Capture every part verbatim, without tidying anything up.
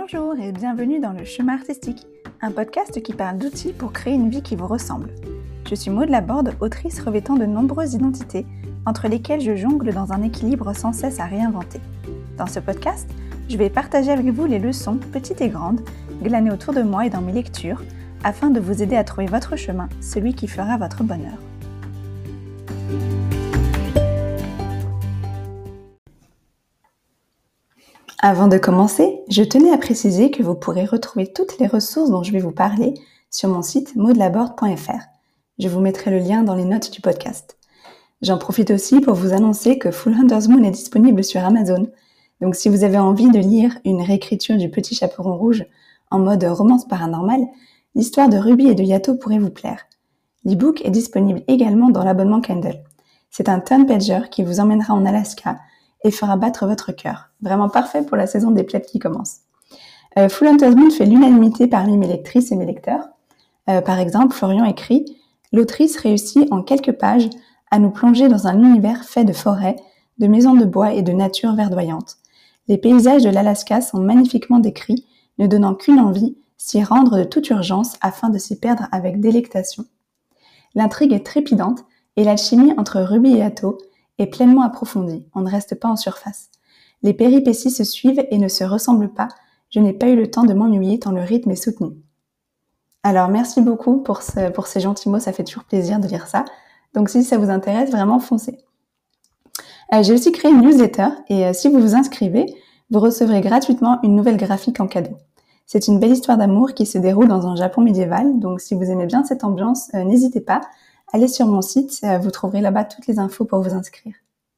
Bonjour et bienvenue dans le Chemin Artistique, un podcast qui parle d'outils pour créer une vie qui vous ressemble. Je suis Maud Laborde, autrice revêtant de nombreuses identités, entre lesquelles je jongle dans un équilibre sans cesse à réinventer. Dans ce podcast, je vais partager avec vous les leçons, petites et grandes, glanées autour de moi et dans mes lectures, afin de vous aider à trouver votre chemin, celui qui fera votre bonheur. Avant de commencer, je tenais à préciser que vous pourrez retrouver toutes les ressources dont je vais vous parler sur mon site maud laborde point f r. Je vous mettrai le lien dans les notes du podcast. J'en profite aussi pour vous annoncer que Full Hunter's Moon est disponible sur Amazon. Donc si vous avez envie de lire une réécriture du Petit Chaperon Rouge en mode romance paranormale, l'histoire de Ruby et de Yato pourrait vous plaire. L'e-book est disponible également dans l'abonnement Kindle. C'est un turn-pager qui vous emmènera en Alaska et fera battre votre cœur. Vraiment parfait pour la saison des plaids qui commence. Euh, Full Hunter's Moon fait l'unanimité parmi mes lectrices et mes lecteurs. Euh, par exemple, Florian écrit « L'autrice réussit en quelques pages à nous plonger dans un univers fait de forêts, de maisons de bois et de nature verdoyante. Les paysages de l'Alaska sont magnifiquement décrits, ne donnant qu'une envie, s'y rendre de toute urgence afin de s'y perdre avec délectation. L'intrigue est trépidante et l'alchimie entre Ruby et Yato est pleinement approfondie, on ne reste pas en surface. Les péripéties se suivent et ne se ressemblent pas, je n'ai pas eu le temps de m'ennuyer tant le rythme est soutenu. » Alors merci beaucoup pour, ce, pour ces gentils mots, ça fait toujours plaisir de lire ça. Donc si ça vous intéresse, vraiment foncez. Euh, j'ai aussi créé une newsletter et euh, si vous vous inscrivez, vous recevrez gratuitement une nouvelle graphique en cadeau. C'est une belle histoire d'amour qui se déroule dans un Japon médiéval, donc si vous aimez bien cette ambiance, euh, n'hésitez pas. Allez sur mon site, vous trouverez là-bas toutes les infos pour vous inscrire.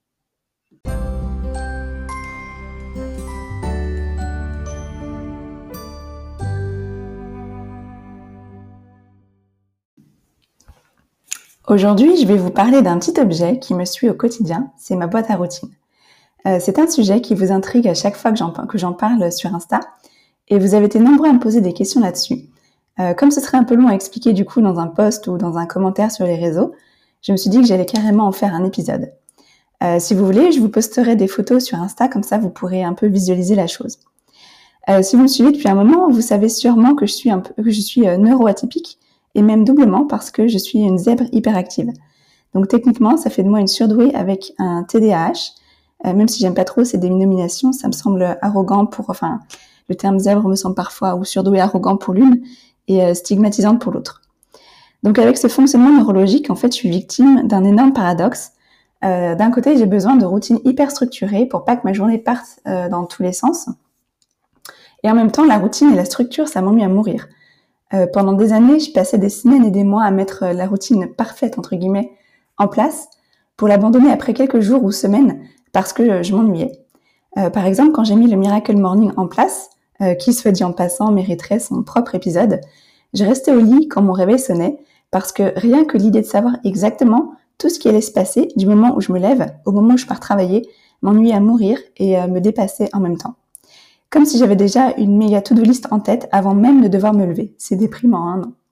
Aujourd'hui, je vais vous parler d'un petit objet qui me suit au quotidien, c'est ma boîte à routine. Euh, c'est un sujet qui vous intrigue à chaque fois que j'en, que j'en parle sur Insta, et vous avez été nombreux à me poser des questions là-dessus. Euh, comme ce serait un peu long à expliquer du coup dans un post ou dans un commentaire sur les réseaux, je me suis dit que j'allais carrément en faire un épisode. Euh, si vous voulez, je vous posterai des photos sur Insta, comme ça vous pourrez un peu visualiser la chose. Euh, si vous me suivez depuis un moment, vous savez sûrement que je suis, un peu, que je suis euh, neuroatypique, et même doublement parce que je suis une zèbre hyperactive. Donc techniquement, ça fait de moi une surdouée avec un T D A H, euh, même si j'aime pas trop ces dénominations, ça me semble arrogant pour, enfin, le terme zèbre me semble parfois, ou surdouée arrogant pour l'une, et euh, stigmatisante pour l'autre. Donc avec ce fonctionnement neurologique, en fait, je suis victime d'un énorme paradoxe. Euh, d'un côté, j'ai besoin de routines hyper structurées pour pas que ma journée parte euh, dans tous les sens. Et en même temps, la routine et la structure, ça m'ennuie à mourir. Euh, pendant des années, je passais des semaines et des mois à mettre la routine parfaite, entre guillemets, en place pour l'abandonner après quelques jours ou semaines parce que je m'ennuyais. Euh, par exemple, quand j'ai mis le Miracle Morning en place, euh, qui, soit dit en passant, mériterait son propre épisode, je restais au lit quand mon réveil sonnait parce que rien que l'idée de savoir exactement tout ce qui allait se passer du moment où je me lève au moment où je pars travailler m'ennuyait à mourir et euh, me dépassait en même temps. Comme si j'avais déjà une méga to-do list en tête avant même de devoir me lever. C'est déprimant, hein, non?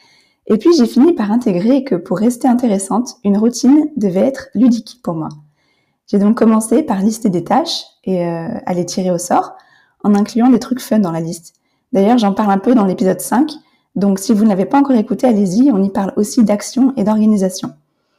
Et puis j'ai fini par intégrer que pour rester intéressante, une routine devait être ludique pour moi. J'ai donc commencé par lister des tâches et euh, à les tirer au sort en incluant des trucs fun dans la liste. D'ailleurs, j'en parle un peu dans l'épisode cinq. Donc, si vous ne l'avez pas encore écouté, allez-y, on y parle aussi d'action et d'organisation.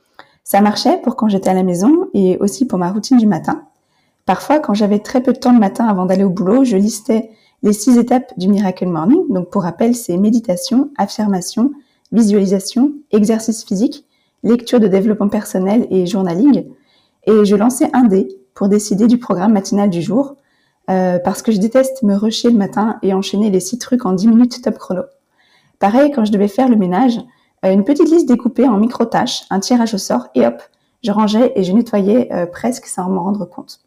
Ça marchait pour quand j'étais à la maison et aussi pour ma routine du matin. Parfois, quand j'avais très peu de temps le matin avant d'aller au boulot, je listais les six étapes du Miracle Morning. Donc, pour rappel, c'est méditation, affirmation, visualisation, exercice physique, lecture de développement personnel et journaling. Et je lançais un dé pour décider du programme matinal du jour euh, parce que je déteste me rusher le matin et enchaîner les six trucs en dix minutes top chrono. Pareil, quand je devais faire le ménage, euh, une petite liste découpée en micro-tâches, un tirage au sort, et hop, je rangeais et je nettoyais euh, presque sans m'en rendre compte.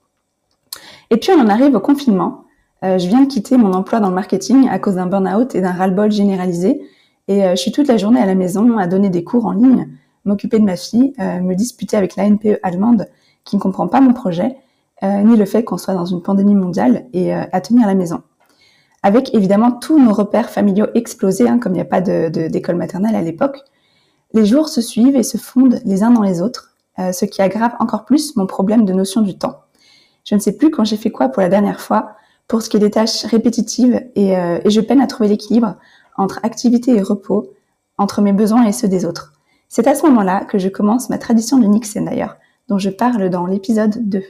Et puis on en arrive au confinement. Euh, je viens de quitter mon emploi dans le marketing à cause d'un burn-out et d'un ras-le-bol généralisé. Et euh, je suis toute la journée à la maison à donner des cours en ligne, m'occuper de ma fille, euh, me disputer avec la N P E allemande qui ne comprend pas mon projet, euh, ni le fait qu'on soit dans une pandémie mondiale et euh, à tenir la maison. Avec évidemment tous nos repères familiaux explosés, hein, comme il n'y a pas de, de, d'école maternelle à l'époque. Les jours se suivent et se fondent les uns dans les autres, euh, ce qui aggrave encore plus mon problème de notion du temps. Je ne sais plus quand j'ai fait quoi pour la dernière fois. pour ce qui est des tâches répétitives et, euh, et je peine à trouver l'équilibre entre activité et repos, entre mes besoins et ceux des autres. C'est à ce moment-là que je commence ma tradition du Niksen d'ailleurs, dont je parle dans l'épisode deux.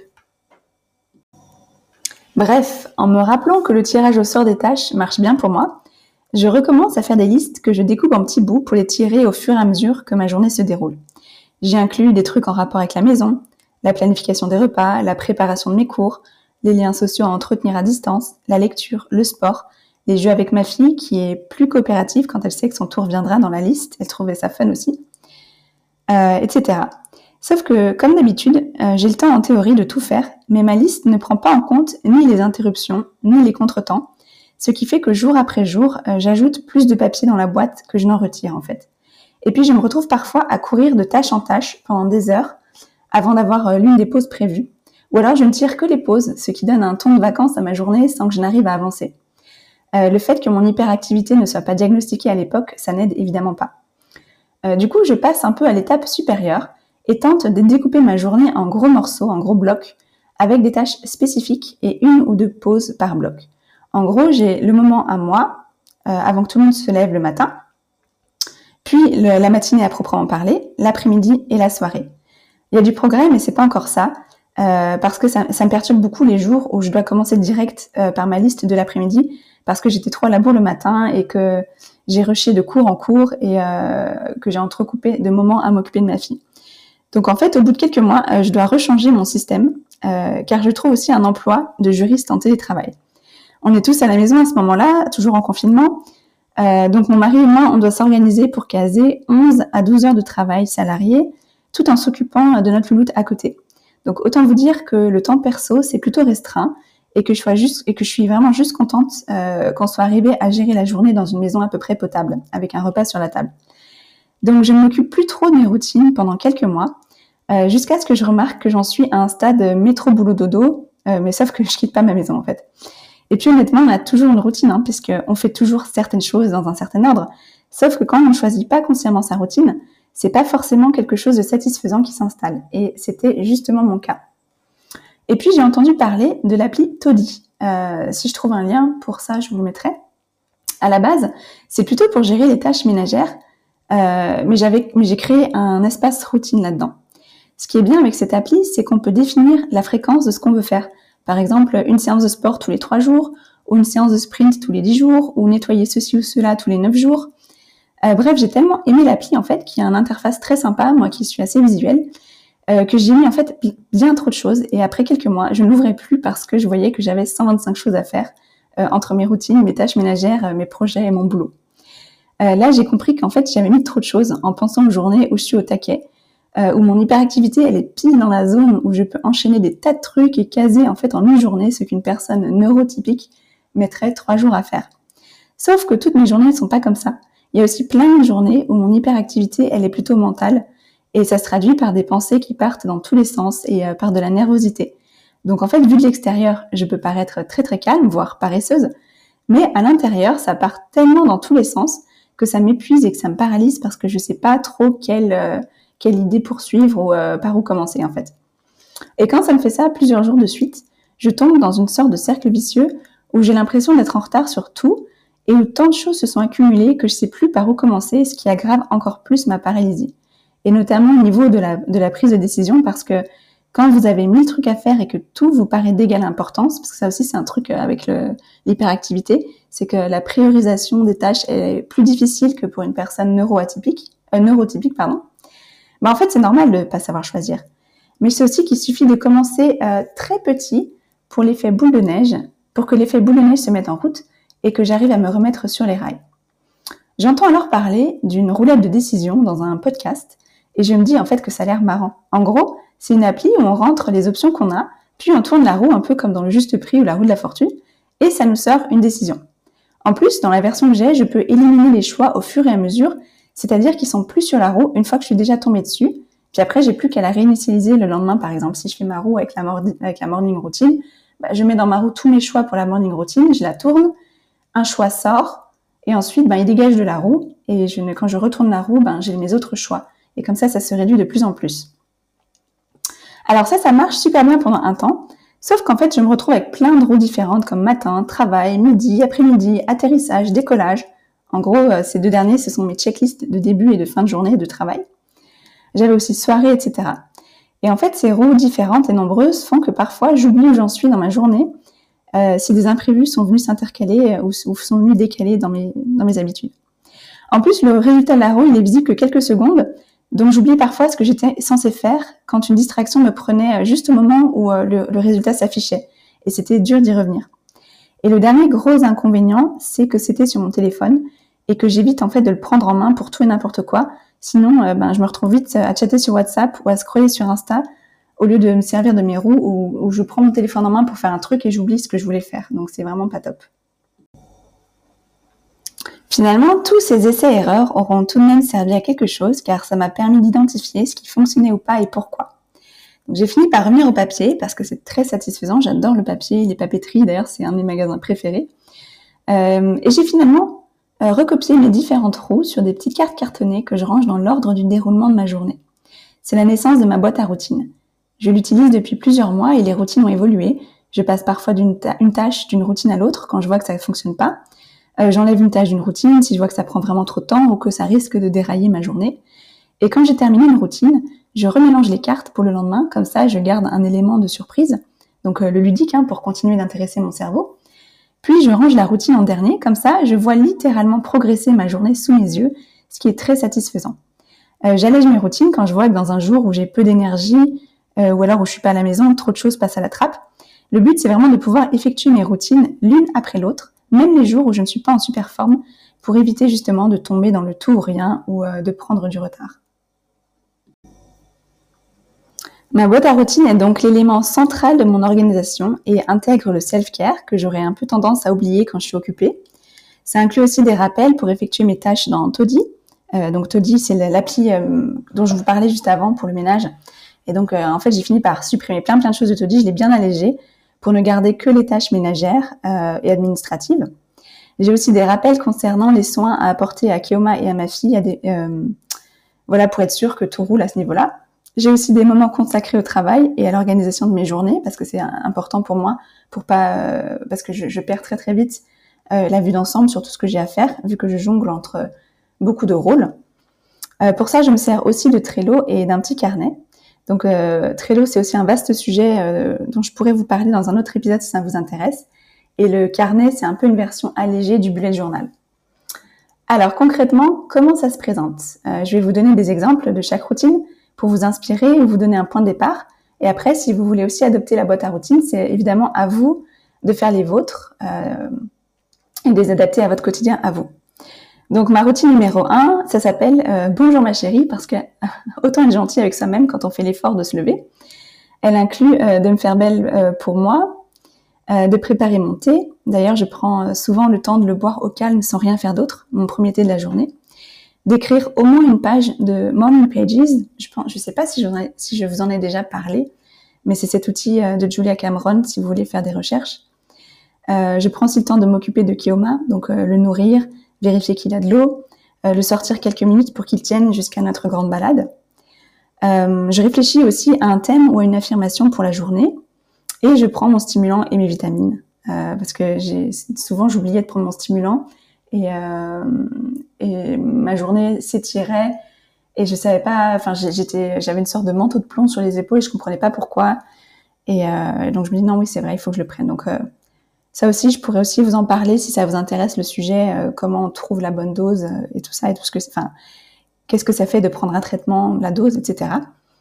Bref, en me rappelant que le tirage au sort des tâches marche bien pour moi, je recommence à faire des listes que je découpe en petits bouts pour les tirer au fur et à mesure que ma journée se déroule. J'y inclus des trucs en rapport avec la maison, la planification des repas, la préparation de mes cours, les liens sociaux à entretenir à distance, la lecture, le sport, les jeux avec ma fille qui est plus coopérative quand elle sait que son tour viendra dans la liste, elle trouvait ça fun aussi, euh, et cetera. Sauf que, comme d'habitude, euh, j'ai le temps en théorie de tout faire, mais ma liste ne prend pas en compte ni les interruptions, ni les contretemps, ce qui fait que jour après jour, euh, j'ajoute plus de papier dans la boîte que je n'en retire en fait. Et puis je me retrouve parfois à courir de tâche en tâche pendant des heures avant d'avoir euh, l'une des pauses prévues, ou alors je ne tire que les pauses, ce qui donne un ton de vacances à ma journée sans que je n'arrive à avancer. Euh, le fait que mon hyperactivité ne soit pas diagnostiquée à l'époque, ça n'aide évidemment pas. Euh, du coup, je passe un peu à l'étape supérieure et tente de découper ma journée en gros morceaux, en gros blocs, avec des tâches spécifiques et une ou deux pauses par bloc. En gros, j'ai le moment à moi, euh, avant que tout le monde se lève le matin, puis le, la matinée à proprement parler, l'après-midi et la soirée. Il y a du progrès, mais c'est pas encore ça, euh, parce que ça, ça me perturbe beaucoup les jours où je dois commencer direct euh, par ma liste de l'après-midi, parce que j'étais trop à la bourre le matin et que j'ai rushé de cours en cours et euh, que j'ai entrecoupé de moments à m'occuper de ma fille. Donc en fait, au bout de quelques mois, euh, je dois rechanger mon système, euh, car je trouve aussi un emploi de juriste en télétravail. On est tous à la maison à ce moment-là, toujours en confinement, euh, donc mon mari et moi, on doit s'organiser pour caser onze à douze heures de travail salarié, tout en s'occupant de notre louloute à côté. Donc autant vous dire que le temps perso, c'est plutôt restreint, et que je sois juste et que je suis vraiment juste contente euh, qu'on soit arrivé à gérer la journée dans une maison à peu près potable, avec un repas sur la table. Donc je ne m'occupe plus trop de mes routines pendant quelques mois, euh, jusqu'à ce que je remarque que j'en suis à un stade métro boulot dodo, euh, mais sauf que je quitte pas ma maison en fait. Et puis honnêtement, on a toujours une routine, hein, puisqu'on fait toujours certaines choses dans un certain ordre, sauf que quand on ne choisit pas consciemment sa routine, c'est pas forcément quelque chose de satisfaisant qui s'installe, et c'était justement mon cas. Et puis j'ai entendu parler de l'appli Toddy. Euh, si je trouve un lien pour ça, je vous le mettrai. À la base, c'est plutôt pour gérer les tâches ménagères, euh, mais, j'avais, mais j'ai créé un espace routine là-dedans. Ce qui est bien avec cette appli, c'est qu'on peut définir la fréquence de ce qu'on veut faire. Par exemple, une séance de sport tous les trois jours, ou une séance de sprint tous les dix jours, ou nettoyer ceci ou cela tous les neuf jours. Euh, bref, j'ai tellement aimé l'appli en fait, qui a une interface très sympa, moi qui suis assez visuelle, euh, que j'ai mis en fait bien trop de choses. Et après quelques mois, je ne l'ouvrais plus parce que je voyais que j'avais cent vingt-cinq choses à faire euh, entre mes routines, mes tâches ménagères, euh, mes projets et mon boulot. Euh, là, j'ai compris qu'en fait, j'avais mis trop de choses en pensant aux journées où je suis au taquet, euh, où mon hyperactivité, elle est pile dans la zone où je peux enchaîner des tas de trucs et caser en fait en une journée ce qu'une personne neurotypique mettrait trois jours à faire. Sauf que toutes mes journées ne sont pas comme ça. Il y a aussi plein de journées où mon hyperactivité, elle est plutôt mentale et ça se traduit par des pensées qui partent dans tous les sens et euh, par de la nervosité. Donc en fait, vu de l'extérieur, je peux paraître très très calme, voire paresseuse, mais à l'intérieur, ça part tellement dans tous les sens que ça m'épuise et que ça me paralyse parce que je sais pas trop quelle, euh, quelle idée poursuivre ou euh, par où commencer en fait. Et quand ça me fait ça plusieurs jours de suite, je tombe dans une sorte de cercle vicieux où j'ai l'impression d'être en retard sur tout et où tant de choses se sont accumulées que je sais plus par où commencer, ce qui aggrave encore plus ma paralysie. Et notamment au niveau de la, de la prise de décision, parce que quand vous avez mille trucs à faire et que tout vous paraît d'égale importance, parce que ça aussi c'est un truc avec le, l'hyperactivité, c'est que la priorisation des tâches est plus difficile que pour une personne neuroatypique, euh, neurotypique, pardon. Ben, en fait, c'est normal de ne pas savoir choisir. Mais c'est aussi qu'il suffit de commencer euh, très petit pour l'effet boule de neige, pour que l'effet boule de neige se mette en route et que j'arrive à me remettre sur les rails. J'entends alors parler d'une roulette de décision dans un podcast et je me dis en fait que ça a l'air marrant. En gros, c'est une appli où on rentre les options qu'on a, puis on tourne la roue un peu comme dans le juste prix ou la roue de la fortune et ça nous sort une décision. En plus, dans la version que j'ai, je peux éliminer les choix au fur et à mesure, c'est-à-dire qu'ils sont plus sur la roue une fois que je suis déjà tombée dessus. Puis après, j'ai plus qu'à la réinitialiser le lendemain, par exemple. Si je fais ma roue avec la, mordi- avec la morning routine, bah, je mets dans ma roue tous mes choix pour la morning routine, je la tourne, un choix sort, et ensuite, bah, il dégage de la roue, et je, quand je retourne la roue, bah, j'ai mes autres choix. Et comme ça, ça se réduit de plus en plus. Alors ça, ça marche super bien pendant un temps, Sauf qu'en fait, je me retrouve avec plein de roues différentes comme matin, travail, midi, après-midi, atterrissage, décollage. En gros, euh, ces deux derniers, ce sont mes checklists de début et de fin de journée de travail. J'avais aussi soirée, et cetera. Et en fait, ces roues différentes et nombreuses font que parfois, j'oublie où j'en suis dans ma journée, euh, si des imprévus sont venus s'intercaler ou, ou sont venus décaler dans mes, dans mes habitudes. En plus, le résultat de la roue, il est visible que quelques secondes, donc j'oublie parfois ce que j'étais censée faire quand une distraction me prenait juste au moment où euh, le, le résultat s'affichait. Et c'était dur d'y revenir. Et le dernier gros inconvénient, c'est que c'était sur mon téléphone et que j'évite en fait de le prendre en main pour tout et n'importe quoi. Sinon, euh, ben, je me retrouve vite à chatter sur WhatsApp ou à scroller sur Insta au lieu de me servir de mes roues où, où je prends mon téléphone en main pour faire un truc et j'oublie ce que je voulais faire. Donc c'est vraiment pas top. Finalement, tous ces essais-erreurs auront tout de même servi à quelque chose car ça m'a permis d'identifier ce qui fonctionnait ou pas et pourquoi. Donc, j'ai fini par revenir au papier parce que c'est très satisfaisant. J'adore le papier, les papeteries. D'ailleurs, c'est un de mes magasins préférés. Euh, et j'ai finalement euh, recopié mes différentes roues sur des petites cartes cartonnées que je range dans l'ordre du déroulement de ma journée. C'est la naissance de ma boîte à routines. Je l'utilise depuis plusieurs mois et les routines ont évolué. Je passe parfois d'une ta- une tâche d'une routine à l'autre quand je vois que ça ne fonctionne pas. Euh, j'enlève une tâche d'une routine si je vois que ça prend vraiment trop de temps ou que ça risque de dérailler ma journée. Et quand j'ai terminé une routine, je remélange les cartes pour le lendemain, comme ça je garde un élément de surprise, donc euh, le ludique hein, pour continuer d'intéresser mon cerveau. Puis je range la routine en dernier, comme ça je vois littéralement progresser ma journée sous mes yeux, ce qui est très satisfaisant. Euh, j'allège mes routines quand je vois que dans un jour où j'ai peu d'énergie, euh, ou alors où je suis pas à la maison, trop de choses passent à la trappe. Le but c'est vraiment de pouvoir effectuer mes routines l'une après l'autre, même les jours où je ne suis pas en super forme, pour éviter justement de tomber dans le tout ou rien ou euh, de prendre du retard. Ma boîte à routine est donc l'élément central de mon organisation et intègre le self-care que j'aurais un peu tendance à oublier quand je suis occupée. Ça inclut aussi des rappels pour effectuer mes tâches dans Toddy. Euh, donc Toddy, c'est l'appli euh, dont je vous parlais juste avant pour le ménage. Et donc euh, en fait, j'ai fini par supprimer plein plein de choses de Toddy. Je l'ai bien allégé pour ne garder que les tâches ménagères euh, et administratives. J'ai aussi des rappels concernant les soins à apporter à Keoma et à ma fille, à des, euh, voilà, pour être sûr que tout roule à ce niveau-là. J'ai aussi des moments consacrés au travail et à l'organisation de mes journées parce que c'est important pour moi, pour pas, euh, parce que je, je perds très très vite euh, la vue d'ensemble sur tout ce que j'ai à faire, vu que je jongle entre beaucoup de rôles. Euh, pour ça, je me sers aussi de Trello et d'un petit carnet. Donc euh, Trello, c'est aussi un vaste sujet euh, dont je pourrais vous parler dans un autre épisode si ça vous intéresse. Et le carnet, c'est un peu une version allégée du bullet journal. Alors concrètement, comment ça se présente ? euh, Je vais vous donner des exemples de chaque routine pour vous inspirer et vous donner un point de départ. Et après, si vous voulez aussi adopter la boîte à routine, c'est évidemment à vous de faire les vôtres euh, et de les adapter à votre quotidien à vous. Donc ma routine numéro un, ça s'appelle euh, Bonjour ma chérie, parce que autant être gentil avec soi-même quand on fait l'effort de se lever. Elle inclut euh, de me faire belle euh, pour moi, euh, de préparer mon thé. D'ailleurs, je prends souvent le temps de le boire au calme sans rien faire d'autre, mon premier thé de la journée. D'écrire au moins une page de Morning Pages. Je pense, je sais pas si, ai, si je vous en ai déjà parlé, mais c'est cet outil de Julia Cameron si vous voulez faire des recherches. Euh, je prends aussi le temps de m'occuper de Keoma, donc euh, le nourrir, vérifier qu'il a de l'eau, euh, le sortir quelques minutes pour qu'il tienne jusqu'à notre grande balade. Euh, je réfléchis aussi à un thème ou à une affirmation pour la journée et je prends mon stimulant et mes vitamines. Euh, parce que j'ai, souvent j'oubliais de prendre mon stimulant et, euh, et ma journée s'étirait et je savais pas, enfin j'étais, j'avais une sorte de manteau de plomb sur les épaules et je comprenais pas pourquoi. Et euh, donc je me dis non oui c'est vrai, il faut que je le prenne. Donc euh, ça aussi je pourrais aussi vous en parler si ça vous intéresse le sujet, euh, comment on trouve la bonne dose euh, et tout ça et tout ce que, enfin qu'est-ce que ça fait de prendre un traitement, la dose, et cetera.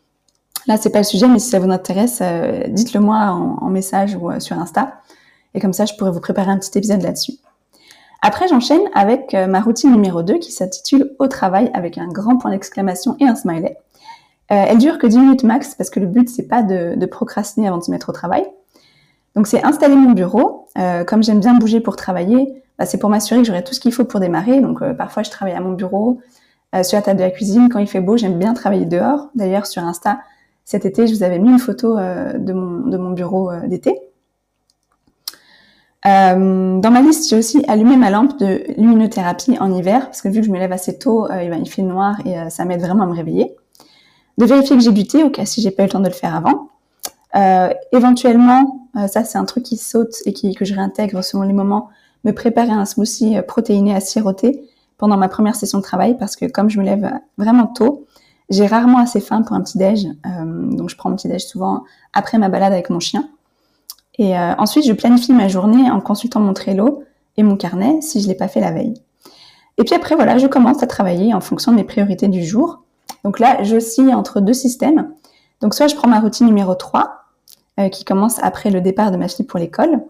Là c'est pas le sujet, mais si ça vous intéresse, euh, dites-le moi en, en message ou euh, sur Insta et comme ça je pourrais vous préparer un petit épisode là-dessus. Après, j'enchaîne avec ma routine numéro deux qui s'intitule « Au travail » avec un grand point d'exclamation et un smiley. Euh, elle dure que dix minutes max parce que le but, c'est pas de, de procrastiner avant de se mettre au travail. Donc, c'est installer mon bureau. Euh, comme j'aime bien bouger pour travailler, bah, c'est pour m'assurer que j'aurai tout ce qu'il faut pour démarrer. Donc, euh, parfois, je travaille à mon bureau, euh, sur la table de la cuisine. Quand il fait beau, j'aime bien travailler dehors. D'ailleurs, sur Insta, cet été, je vous avais mis une photo euh, de, mon, de mon bureau euh, d'été. Euh, dans ma liste, j'ai aussi allumé ma lampe de luminothérapie en hiver, parce que vu que je me lève assez tôt, euh, il fait noir et euh, ça m'aide vraiment à me réveiller. De vérifier que j'ai du thé, au cas si j'ai pas eu le temps de le faire avant. Euh, éventuellement, euh, ça c'est un truc qui saute et qui, que je réintègre selon les moments, me préparer un smoothie protéiné à siroter pendant ma première session de travail parce que comme je me lève vraiment tôt, j'ai rarement assez faim pour un petit-déj. Euh, donc je prends mon petit-déj souvent après ma balade avec mon chien. Et euh, ensuite, je planifie ma journée en consultant mon Trello et mon carnet si je ne l'ai pas fait la veille. Et puis après, voilà, je commence à travailler en fonction de mes priorités du jour. Donc là, j'oscille entre deux systèmes. Donc soit je prends ma routine numéro trois, euh, qui commence après le départ de ma fille pour l'école.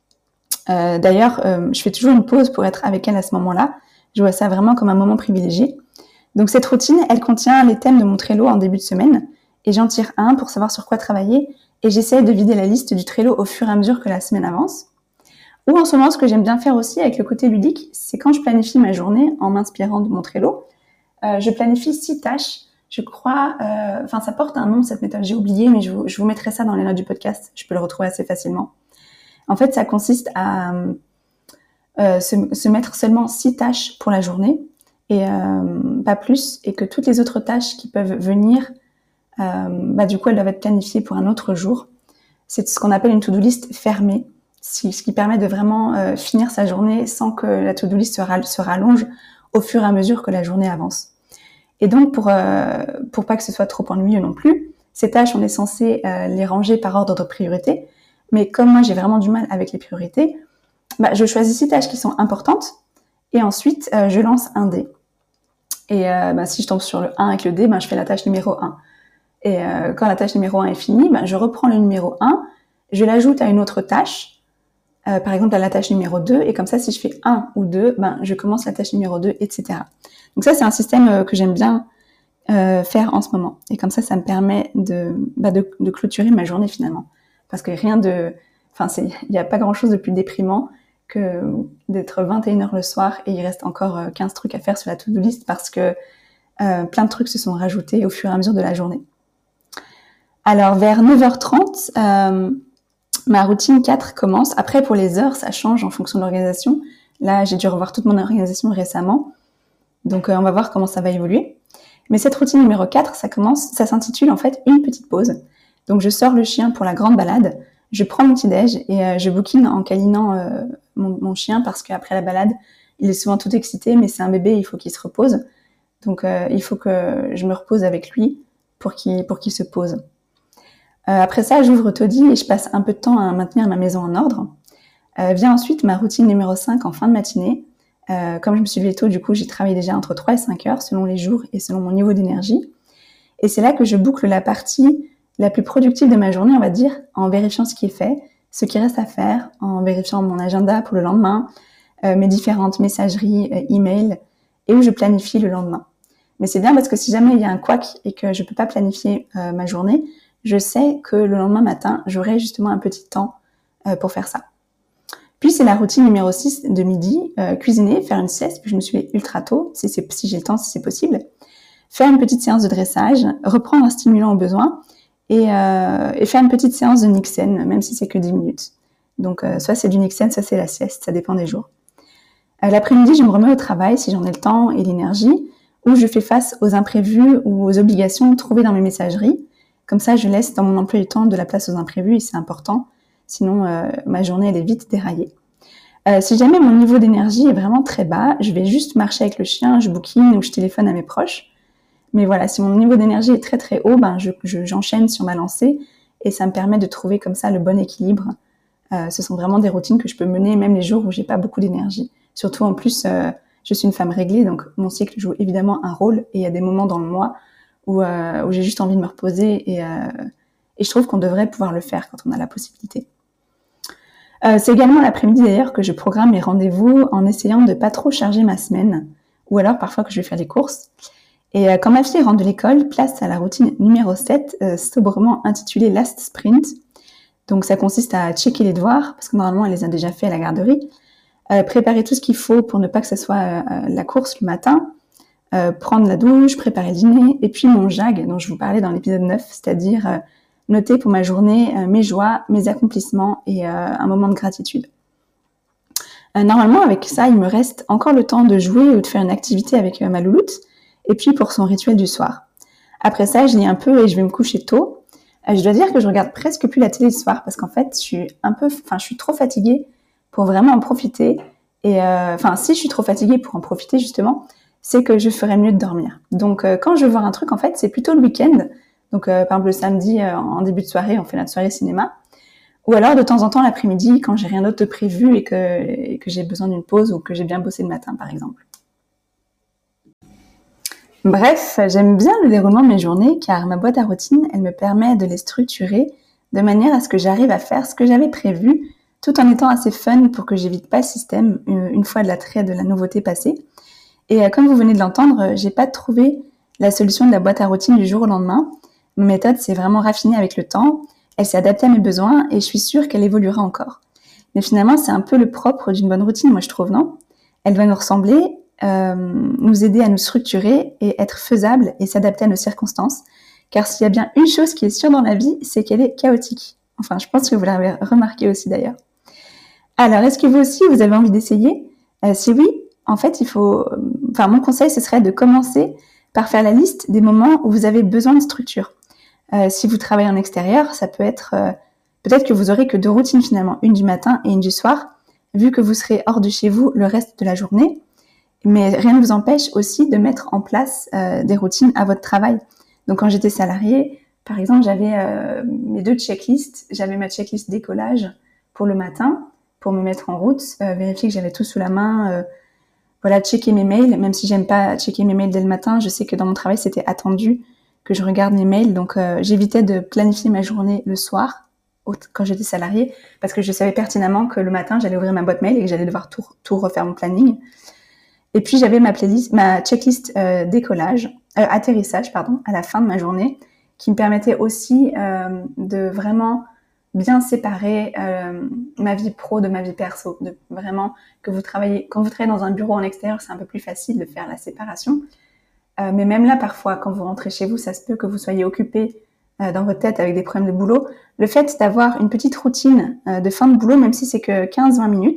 Euh, d'ailleurs, euh, je fais toujours une pause pour être avec elle à ce moment-là. Je vois ça vraiment comme un moment privilégié. Donc cette routine, elle contient les thèmes de mon Trello en début de semaine. Et j'en tire un pour savoir sur quoi travailler. Et j'essaie de vider la liste du Trello au fur et à mesure que la semaine avance. Ou en ce moment, ce que j'aime bien faire aussi avec le côté ludique, c'est quand je planifie ma journée en m'inspirant de mon Trello, euh, je planifie six tâches. Je crois, euh, enfin ça porte un nom cette méthode, j'ai oublié, mais je vous, je vous mettrai ça dans les notes du podcast. Je peux le retrouver assez facilement. En fait, ça consiste à euh, se, se mettre seulement six tâches pour la journée et euh, pas plus, et que toutes les autres tâches qui peuvent venir, euh, bah du coup, elles doivent être planifiées pour un autre jour. C'est ce qu'on appelle une to-do list fermée, ce qui permet de vraiment euh, finir sa journée sans que la to-do list se, ra- se rallonge au fur et à mesure que la journée avance. Et donc, pour euh, pour pas que ce soit trop ennuyeux non plus, ces tâches, on est censé euh, les ranger par ordre de priorité. Mais comme moi, j'ai vraiment du mal avec les priorités, bah, je choisis six tâches qui sont importantes et ensuite, euh, je lance un dé. Et euh, bah, si je tombe sur le un avec le dé, bah, je fais la tâche numéro un. Et euh, quand la tâche numéro un est finie, bah, je reprends le numéro un, je l'ajoute à une autre tâche, euh, par exemple à la tâche numéro deux, et comme ça, si je fais un ou deux, bah, je commence la tâche numéro deux, et cetera. Donc ça, c'est un système euh, que j'aime bien euh, faire en ce moment. Et comme ça, ça me permet de, bah, de, de clôturer ma journée finalement. Parce que rien de... Enfin, il n'y a pas grand-chose de plus déprimant que d'être vingt et une heures le soir et il reste encore quinze trucs à faire sur la to-do list parce que euh, plein de trucs se sont rajoutés au fur et à mesure de la journée. Alors, vers neuf heures trente, euh, ma routine quatre commence. Après, pour les heures, ça change en fonction de l'organisation. Là, j'ai dû revoir toute mon organisation récemment. Donc, euh, on va voir comment ça va évoluer. Mais cette routine numéro quatre, ça commence, ça s'intitule en fait une petite pause. Donc, je sors le chien pour la grande balade. Je prends mon petit-déj et euh, je bouquine en câlinant euh, mon, mon chien parce qu'après la balade, il est souvent tout excité, mais c'est un bébé, il faut qu'il se repose. Donc, euh, il faut que je me repose avec lui pour qu'il, pour qu'il se pose. Euh, après ça, j'ouvre Toddy et je passe un peu de temps à maintenir ma maison en ordre. Euh, vient ensuite ma routine numéro cinq en fin de matinée. Euh, comme je me suis levée tôt, du coup, j'ai travaillé déjà entre trois et cinq heures selon les jours et selon mon niveau d'énergie. Et c'est là que je boucle la partie la plus productive de ma journée, on va dire, en vérifiant ce qui est fait, ce qui reste à faire, en vérifiant mon agenda pour le lendemain, euh, mes différentes messageries, euh, emails, et où je planifie le lendemain. Mais c'est bien parce que si jamais il y a un couac et que je peux pas planifier euh, ma journée, je sais que le lendemain matin, j'aurai justement un petit temps euh, pour faire ça. Puis c'est la routine numéro six de midi, euh, cuisiner, faire une sieste, puis je me suis levée ultra tôt, si, c'est, si j'ai le temps, si c'est possible, faire une petite séance de dressage, reprendre un stimulant au besoin, et, euh, et faire une petite séance de Nixen, même si c'est que dix minutes. Donc euh, soit c'est du Nixen, soit c'est la sieste, ça dépend des jours. Euh, l'après-midi, je me remets au travail si j'en ai le temps et l'énergie, où je fais face aux imprévus ou aux obligations trouvées dans mes messageries. Comme ça, je laisse dans mon emploi du temps de la place aux imprévus et c'est important. Sinon, euh, ma journée, elle est vite déraillée. Euh, si jamais mon niveau d'énergie est vraiment très bas, je vais juste marcher avec le chien, je bouquine ou je téléphone à mes proches. Mais voilà, si mon niveau d'énergie est très très haut, ben je, je, j'enchaîne sur ma lancée et ça me permet de trouver comme ça le bon équilibre. Euh, ce sont vraiment des routines que je peux mener même les jours où j'ai pas beaucoup d'énergie. Surtout en plus, euh, je suis une femme réglée, donc mon cycle joue évidemment un rôle et il y a des moments dans le mois où, euh, où j'ai juste envie de me reposer et, euh, et je trouve qu'on devrait pouvoir le faire quand on a la possibilité. Euh, c'est également l'après-midi d'ailleurs que je programme mes rendez-vous en essayant de pas trop charger ma semaine ou alors parfois que je vais faire des courses. Et euh, quand ma fille rentre de l'école, place à la routine numéro sept, euh, sobrement intitulée Last Sprint. Donc ça consiste à checker les devoirs, parce que normalement elle les a déjà fait à la garderie, euh, préparer tout ce qu'il faut pour ne pas que ce soit euh, la course le matin, euh, prendre la douche, préparer le dîner, et puis mon J A G dont je vous parlais dans l'épisode neuf, c'est-à-dire euh, noter pour ma journée euh, mes joies, mes accomplissements et euh, un moment de gratitude. Euh, normalement avec ça, il me reste encore le temps de jouer ou de faire une activité avec euh, ma louloute, et puis pour son rituel du soir. Après ça, je lis un peu et je vais me coucher tôt. Euh, je dois dire que je regarde presque plus la télé le soir parce qu'en fait, je suis un peu, enfin, je suis trop fatiguée pour vraiment en profiter. Et euh, enfin, si je suis trop fatiguée pour en profiter justement, c'est que je ferais mieux de dormir. Donc, euh, quand je veux voir un truc, en fait, c'est plutôt le week-end. Donc, euh, par exemple, le samedi, euh, en début de soirée, on fait notre soirée cinéma. Ou alors, de temps en temps, l'après-midi, quand j'ai rien d'autre de prévu et que, et que j'ai besoin d'une pause ou que j'ai bien bossé le matin, par exemple. Bref, j'aime bien le déroulement de mes journées car ma boîte à routines, elle me permet de les structurer de manière à ce que j'arrive à faire ce que j'avais prévu, tout en étant assez fun pour que j'évite pas le système une fois de l'attrait de la nouveauté passée. Et euh, comme vous venez de l'entendre, j'ai pas trouvé la solution de la boîte à routines du jour au lendemain. Ma méthode s'est vraiment raffinée avec le temps, elle s'est adaptée à mes besoins et je suis sûre qu'elle évoluera encore. Mais finalement, c'est un peu le propre d'une bonne routine, moi je trouve, non ? Elle doit nous ressembler, euh, nous aider à nous structurer et être faisable et s'adapter à nos circonstances. Car s'il y a bien une chose qui est sûre dans la vie, c'est qu'elle est chaotique. Enfin, je pense que vous l'avez remarqué aussi d'ailleurs. Alors, est-ce que vous aussi, vous avez envie d'essayer ? euh, Si oui, en fait, il faut... Enfin, mon conseil, ce serait de commencer par faire la liste des moments où vous avez besoin de structure. Euh, si vous travaillez en extérieur, ça peut être... Euh, peut-être que vous aurez que deux routines finalement, une du matin et une du soir, vu que vous serez hors de chez vous le reste de la journée. Mais rien ne vous empêche aussi de mettre en place euh, des routines à votre travail. Donc quand j'étais salariée, par exemple, j'avais euh, mes deux checklists. J'avais ma checklist décollage pour le matin, pour me mettre en route, euh, vérifier que j'avais tout sous la main, euh, voilà, checker mes mails. Même si j'aime pas checker mes mails dès le matin, je sais que dans mon travail, c'était attendu que je regarde mes mails. Donc euh, j'évitais de planifier ma journée le soir quand j'étais salariée, parce que je savais pertinemment que le matin, j'allais ouvrir ma boîte mail et que j'allais devoir tout, tout refaire mon planning. Et puis j'avais ma playlist, ma checklist euh, décollage, euh, atterrissage, pardon, à la fin de ma journée, qui me permettait aussi euh, de vraiment bien séparer euh, ma vie pro de ma vie perso, de vraiment que vous travaillez, quand vous travaillez dans un bureau en extérieur, c'est un peu plus facile de faire la séparation. Euh, mais même là, parfois, quand vous rentrez chez vous, ça se peut que vous soyez occupé euh, dans votre tête avec des problèmes de boulot. Le fait d'avoir une petite routine euh, de fin de boulot, même si c'est que quinze à vingt minutes,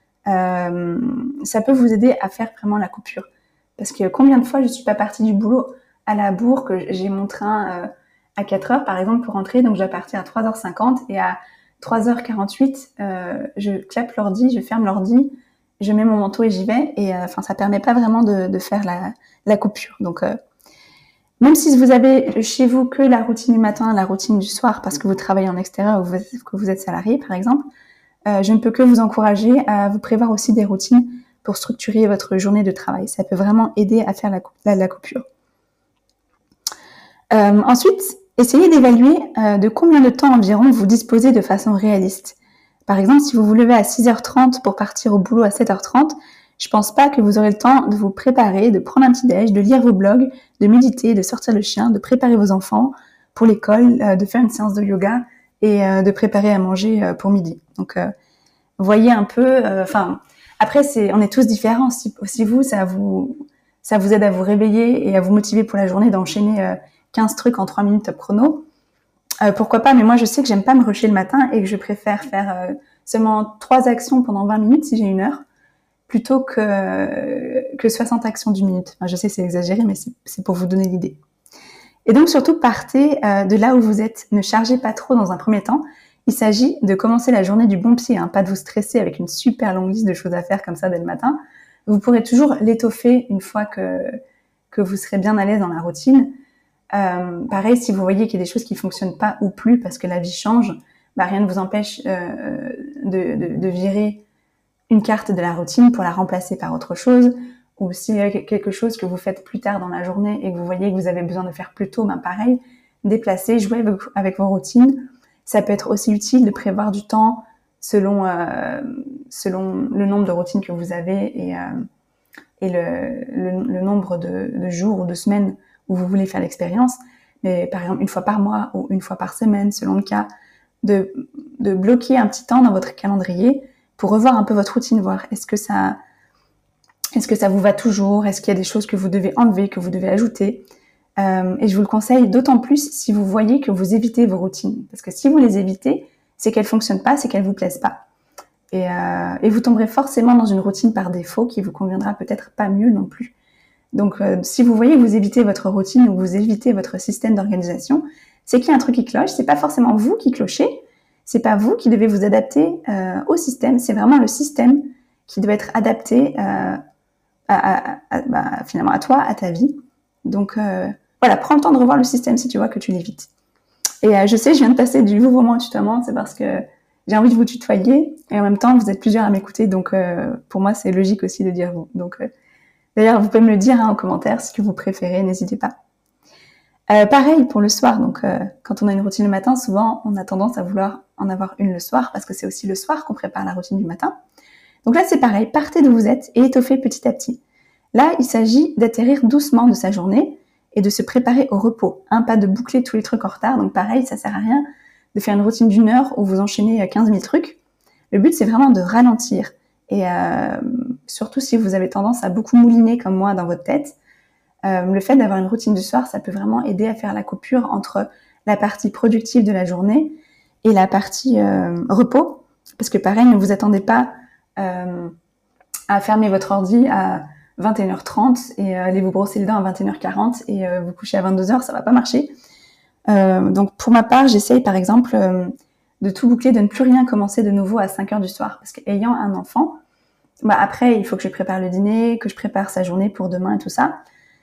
euh, ça peut vous aider à faire vraiment la coupure. Parce que combien de fois je suis pas partie du boulot à la bourre, que j'ai mon train euh, à quatre heures par exemple pour rentrer, donc je dois partir à trois heures cinquante et à trois heures quarante-huit, euh, je clappe l'ordi, je ferme l'ordi, je mets mon manteau et j'y vais. Et enfin, euh, ça permet pas vraiment de, de faire la, la coupure. Donc, euh, même si vous avez chez vous que la routine du matin, la routine du soir, parce que vous travaillez en extérieur ou que vous êtes salarié, par exemple, euh, je ne peux que vous encourager à vous prévoir aussi des routines pour structurer votre journée de travail. Ça peut vraiment aider à faire la, la, la coupure. Euh, ensuite, essayez d'évaluer euh, de combien de temps environ vous disposez de façon réaliste. Par exemple, si vous vous levez à six heures trente pour partir au boulot à sept heures trente, je pense pas que vous aurez le temps de vous préparer, de prendre un petit déj, de lire vos blogs, de méditer, de sortir le chien, de préparer vos enfants pour l'école, euh, de faire une séance de yoga et euh, de préparer à manger euh, pour midi. Donc, euh, voyez un peu. Enfin, euh, après, c'est, on est tous différents. Si, si vous, ça vous, ça vous aide à vous réveiller et à vous motiver pour la journée d'enchaîner euh, quinze trucs en trois minutes top chrono. Euh, pourquoi pas, mais moi je sais que j'aime pas me rusher le matin et que je préfère faire euh, seulement trois actions pendant vingt minutes si j'ai une heure, plutôt que, que soixante actions d'une minute. Enfin, je sais que c'est exagéré, mais c'est, c'est pour vous donner l'idée. Et donc surtout, partez euh, de là où vous êtes. Ne chargez pas trop dans un premier temps. Il s'agit de commencer la journée du bon pied, hein, pas de vous stresser avec une super longue liste de choses à faire comme ça dès le matin. Vous pourrez toujours l'étoffer une fois que, que vous serez bien à l'aise dans la routine. Euh, pareil, si vous voyez qu'il y a des choses qui fonctionnent pas ou plus parce que la vie change, bah, rien ne vous empêche euh, de, de, de virer une carte de la routine pour la remplacer par autre chose. Ou s'il y a quelque chose que vous faites plus tard dans la journée et que vous voyez que vous avez besoin de faire plus tôt, ben pareil, déplacez, jouez avec, avec vos routines. Ça peut être aussi utile de prévoir du temps selon euh, selon le nombre de routines que vous avez et, euh, et le, le, le nombre de, de jours ou de semaines où vous voulez faire l'expérience. Mais par exemple, une fois par mois ou une fois par semaine, selon le cas, de, de bloquer un petit temps dans votre calendrier pour revoir un peu votre routine, voir est-ce que ça, est-ce que ça vous va toujours, est-ce qu'il y a des choses que vous devez enlever, que vous devez ajouter. Euh, et je vous le conseille d'autant plus si vous voyez que vous évitez vos routines. Parce que si vous les évitez, c'est qu'elles fonctionnent pas, c'est qu'elles vous plaisent pas. Et, euh, et vous tomberez forcément dans une routine par défaut qui vous conviendra peut-être pas mieux non plus. Donc, euh, si vous voyez que vous évitez votre routine ou vous évitez votre système d'organisation, c'est qu'il y a un truc qui cloche. C'est pas forcément vous qui clochez. C'est pas vous qui devez vous adapter euh, au système. C'est vraiment le système qui doit être adapté euh, à, à, à, bah, finalement à toi, à ta vie. Donc euh, voilà, prends le temps de revoir le système si tu vois que tu l'évites. Et euh, je sais, je viens de passer du vouvoiement au tutoiement, c'est parce que j'ai envie de vous tutoyer et en même temps vous êtes plusieurs à m'écouter, donc euh, pour moi c'est logique aussi de dire vous. Donc euh, d'ailleurs vous pouvez me le dire hein, en commentaire si vous préférez, n'hésitez pas. Euh, pareil pour le soir, donc euh, quand on a une routine le matin, souvent on a tendance à vouloir en avoir une le soir parce que c'est aussi le soir qu'on prépare la routine du matin. Donc là c'est pareil, partez d'où vous êtes et étoffez petit à petit. Là il s'agit d'atterrir doucement de sa journée et de se préparer au repos, hein, pas de boucler tous les trucs en retard. Donc pareil, ça sert à rien de faire une routine d'une heure où vous enchaînez quinze mille trucs. Le but c'est vraiment de ralentir et euh, surtout si vous avez tendance à beaucoup mouliner comme moi dans votre tête. Euh, le fait d'avoir une routine du soir, ça peut vraiment aider à faire la coupure entre la partie productive de la journée et la partie euh, repos. Parce que pareil, ne vous attendez pas euh, à fermer votre ordi à vingt et une heures trente et euh, aller vous brosser les dents à vingt et une heures quarante et euh, vous coucher à vingt-deux heures, ça va pas marcher. Euh, donc pour ma part, j'essaye par exemple euh, de tout boucler, de ne plus rien commencer de nouveau à cinq heures du soir. Parce qu'ayant un enfant, bah après il faut que je prépare le dîner, que je prépare sa journée pour demain et tout ça.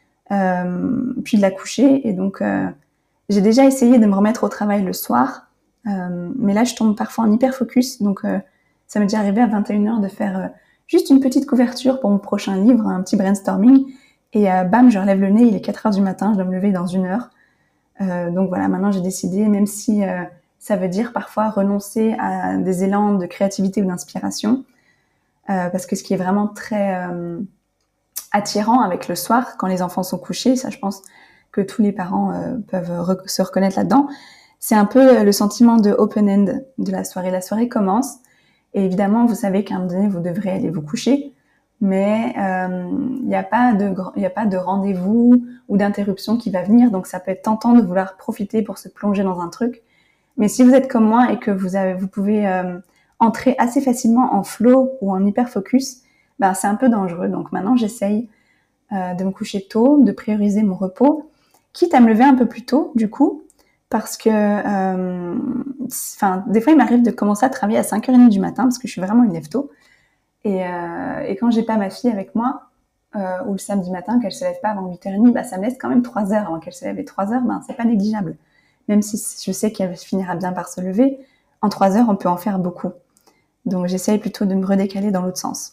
Euh, puis de la coucher et donc euh, j'ai déjà essayé de me remettre au travail le soir euh, mais là je tombe parfois en hyper focus donc euh, ça m'est déjà arrivé à vingt et une heures de faire euh, juste une petite couverture pour mon prochain livre, un petit brainstorming et euh, bam je relève le nez, il est quatre heures du matin, je dois me lever dans une heure euh, donc voilà, maintenant j'ai décidé, même si euh, ça veut dire parfois renoncer à des élans de créativité ou d'inspiration euh, parce que ce qui est vraiment très euh, attirant avec le soir quand les enfants sont couchés, ça je pense que tous les parents euh, peuvent re- se reconnaître là-dedans, c'est un peu le sentiment de open-end de la soirée. La soirée commence et évidemment vous savez qu'à un moment donné vous devrez aller vous coucher, mais il euh, n'y a pas de il y a pas de rendez-vous ou d'interruption qui va venir, donc ça peut être tentant de vouloir profiter pour se plonger dans un truc. Mais si vous êtes comme moi et que vous avez vous pouvez euh, entrer assez facilement en flow ou en hyper focus, ben c'est un peu dangereux. Donc maintenant j'essaye euh, de me coucher tôt, de prioriser mon repos, quitte à me lever un peu plus tôt du coup, parce que euh, enfin des fois il m'arrive de commencer à travailler à cinq heures trente du matin parce que je suis vraiment une lève-tôt. Et, euh, et quand j'ai pas ma fille avec moi, euh, ou le samedi matin qu'elle se lève pas avant huit heures trente, bah ça me laisse quand même trois heures avant qu'elle se lève. Et trois heures, ben c'est pas négligeable. Même si je sais qu'elle finira bien par se lever, en trois heures on peut en faire beaucoup. Donc j'essaye plutôt de me redécaler dans l'autre sens.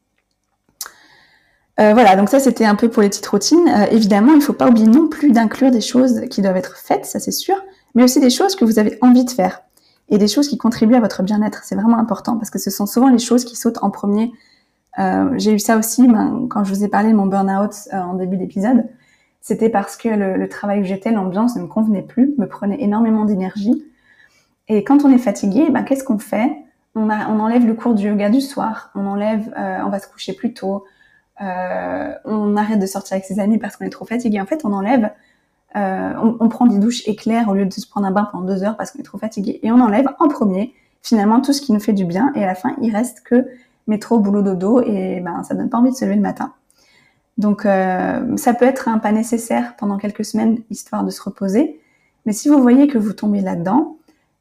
Euh, voilà, donc ça c'était un peu pour les petites routines. Euh, évidemment, il ne faut pas oublier non plus d'inclure des choses qui doivent être faites, ça c'est sûr, mais aussi des choses que vous avez envie de faire et des choses qui contribuent à votre bien-être. C'est vraiment important parce que ce sont souvent les choses qui sautent en premier. Euh, j'ai eu ça aussi ben, quand je vous ai parlé de mon burn-out euh, en début d'épisode. C'était parce que le, le travail où j'étais, l'ambiance ne me convenait plus, me prenait énormément d'énergie. Et quand on est fatigué, ben, qu'est-ce qu'on fait ? on, a, on enlève le cours du yoga du soir, on enlève, euh, on va se coucher plus tôt, euh, on arrête de sortir avec ses amis parce qu'on est trop fatigué. En fait, on enlève, euh, on, on prend des douches éclairs au lieu de se prendre un bain pendant deux heures parce qu'on est trop fatigué. Et on enlève en premier, finalement, tout ce qui nous fait du bien. Et à la fin, il reste que métro, boulot, dodo, et ben, ça donne pas envie de se lever le matin. Donc, euh, ça peut être un pas nécessaire pendant quelques semaines, histoire de se reposer. Mais si vous voyez que vous tombez là-dedans,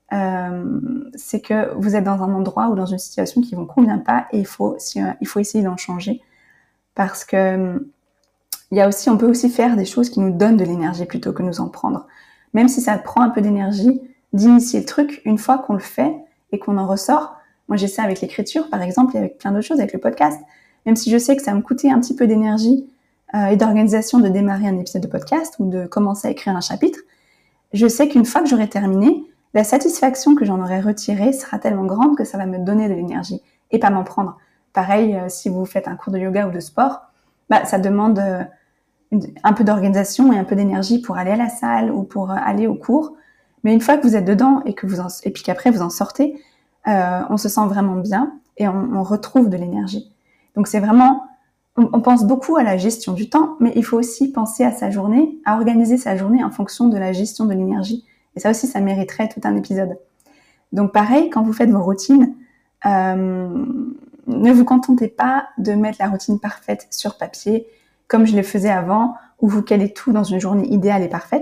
euh, c'est que vous êtes dans un endroit ou dans une situation qui ne vous convient pas et il faut, si, euh, il faut essayer d'en changer. Parce que il y a aussi, on peut aussi faire des choses qui nous donnent de l'énergie plutôt que nous en prendre. Même si ça prend un peu d'énergie d'initier le truc, une fois qu'on le fait et qu'on en ressort. Moi, j'ai ça avec l'écriture, par exemple, et avec plein d'autres choses, avec le podcast. Même si je sais que ça va me coûter un petit peu d'énergie euh, et d'organisation de démarrer un épisode de podcast ou de commencer à écrire un chapitre, je sais qu'une fois que j'aurai terminé, la satisfaction que j'en aurai retirée sera tellement grande que ça va me donner de l'énergie et pas m'en prendre. Pareil, euh, si vous faites un cours de yoga ou de sport, bah, ça demande euh, une, un peu d'organisation et un peu d'énergie pour aller à la salle ou pour euh, aller au cours. Mais une fois que vous êtes dedans et que vous en, et puis qu'après vous en sortez, euh, on se sent vraiment bien et on, on retrouve de l'énergie. Donc c'est vraiment, on, on pense beaucoup à la gestion du temps, mais il faut aussi penser à sa journée, à organiser sa journée en fonction de la gestion de l'énergie. Et ça aussi, ça mériterait tout un épisode. Donc pareil, quand vous faites vos routines, euh, ne vous contentez pas de mettre la routine parfaite sur papier, comme je le faisais avant, où vous calez tout dans une journée idéale et parfaite.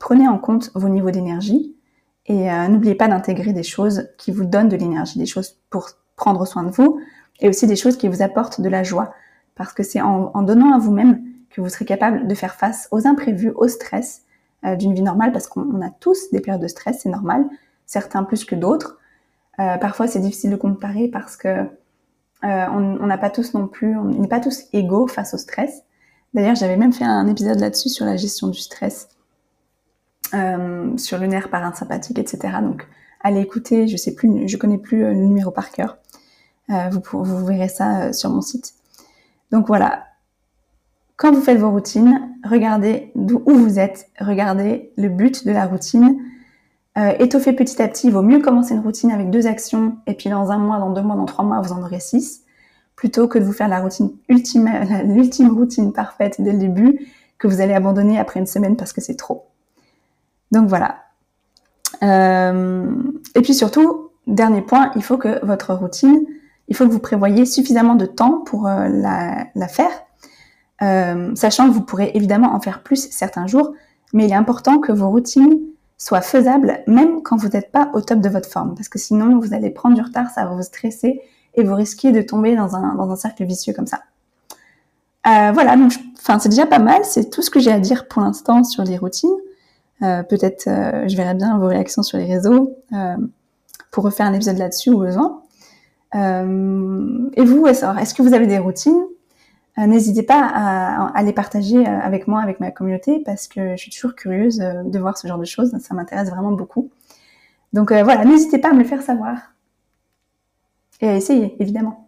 prenez en compte vos niveaux d'énergie et euh, n'oubliez pas d'intégrer des choses qui vous donnent de l'énergie, des choses pour prendre soin de vous et aussi des choses qui vous apportent de la joie. Parce que c'est en, en donnant à vous-même que vous serez capable de faire face aux imprévus, au stress euh, d'une vie normale, parce qu'on a tous des périodes de stress, c'est normal, certains plus que d'autres. Euh, parfois, c'est difficile de comparer parce que euh, on n'a pas tous non plus, on n'est pas tous égaux face au stress. D'ailleurs, j'avais même fait un épisode là-dessus sur la gestion du stress, euh, sur le nerf parasympathique, et cetera. Donc, allez écouter, je sais plus, je connais plus le numéro par cœur. Euh, vous, vous verrez ça sur mon site. Donc voilà. Quand vous faites vos routines, regardez d'où où vous êtes, regardez le but de la routine. Euh, étoffez petit à petit, il vaut mieux commencer une routine avec deux actions et puis dans un mois, dans deux mois, dans trois mois, vous en aurez six, plutôt que de vous faire la routine ultime, la, l'ultime routine parfaite dès le début que vous allez abandonner après une semaine parce que c'est trop. Donc voilà. Euh, et puis surtout, dernier point, il faut que votre routine, il faut que vous prévoyiez suffisamment de temps pour euh, la, la faire. Euh, sachant que vous pourrez évidemment en faire plus certains jours, mais il est important que vos routines soient faisables même quand vous n'êtes pas au top de votre forme, parce que sinon vous allez prendre du retard, ça va vous stresser et vous risquez de tomber dans un, dans un cercle vicieux comme ça. Euh, voilà, donc enfin, c'est déjà pas mal, c'est tout ce que j'ai à dire pour l'instant sur les routines. Euh, peut-être euh, je verrai bien vos réactions sur les réseaux euh, pour refaire un épisode là-dessus au besoin. Euh, et vous, alors, est-ce que vous avez des routines ? Euh, n'hésitez pas à, à les partager avec moi, avec ma communauté, parce que je suis toujours curieuse de voir ce genre de choses, ça m'intéresse vraiment beaucoup. Donc euh, voilà, n'hésitez pas à me le faire savoir. Et à essayer, évidemment.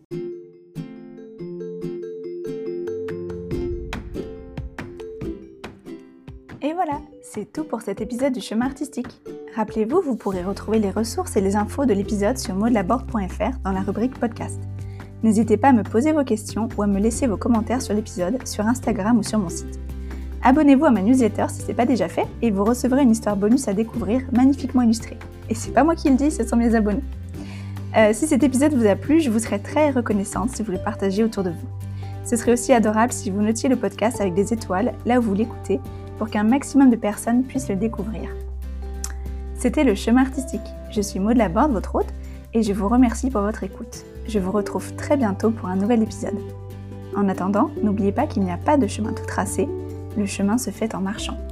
Et voilà, c'est tout pour cet épisode du chemin artistique. Rappelez-vous, vous pourrez retrouver les ressources et les infos de l'épisode sur modelaborde point f r dans la rubrique podcast. N'hésitez pas à me poser vos questions ou à me laisser vos commentaires sur l'épisode sur Instagram ou sur mon site. Abonnez-vous à ma newsletter si ce n'est pas déjà fait et vous recevrez une histoire bonus à découvrir magnifiquement illustrée. Et c'est pas moi qui le dis, ce sont mes abonnés. Euh, si cet épisode vous a plu, je vous serais très reconnaissante si vous le partagez autour de vous. Ce serait aussi adorable si vous notiez le podcast avec des étoiles là où vous l'écoutez pour qu'un maximum de personnes puissent le découvrir. C'était le chemin artistique. Je suis Maud Laborde, votre hôte, et je vous remercie pour votre écoute. Je vous retrouve très bientôt pour un nouvel épisode. En attendant, n'oubliez pas qu'il n'y a pas de chemin tout tracé, le chemin se fait en marchant.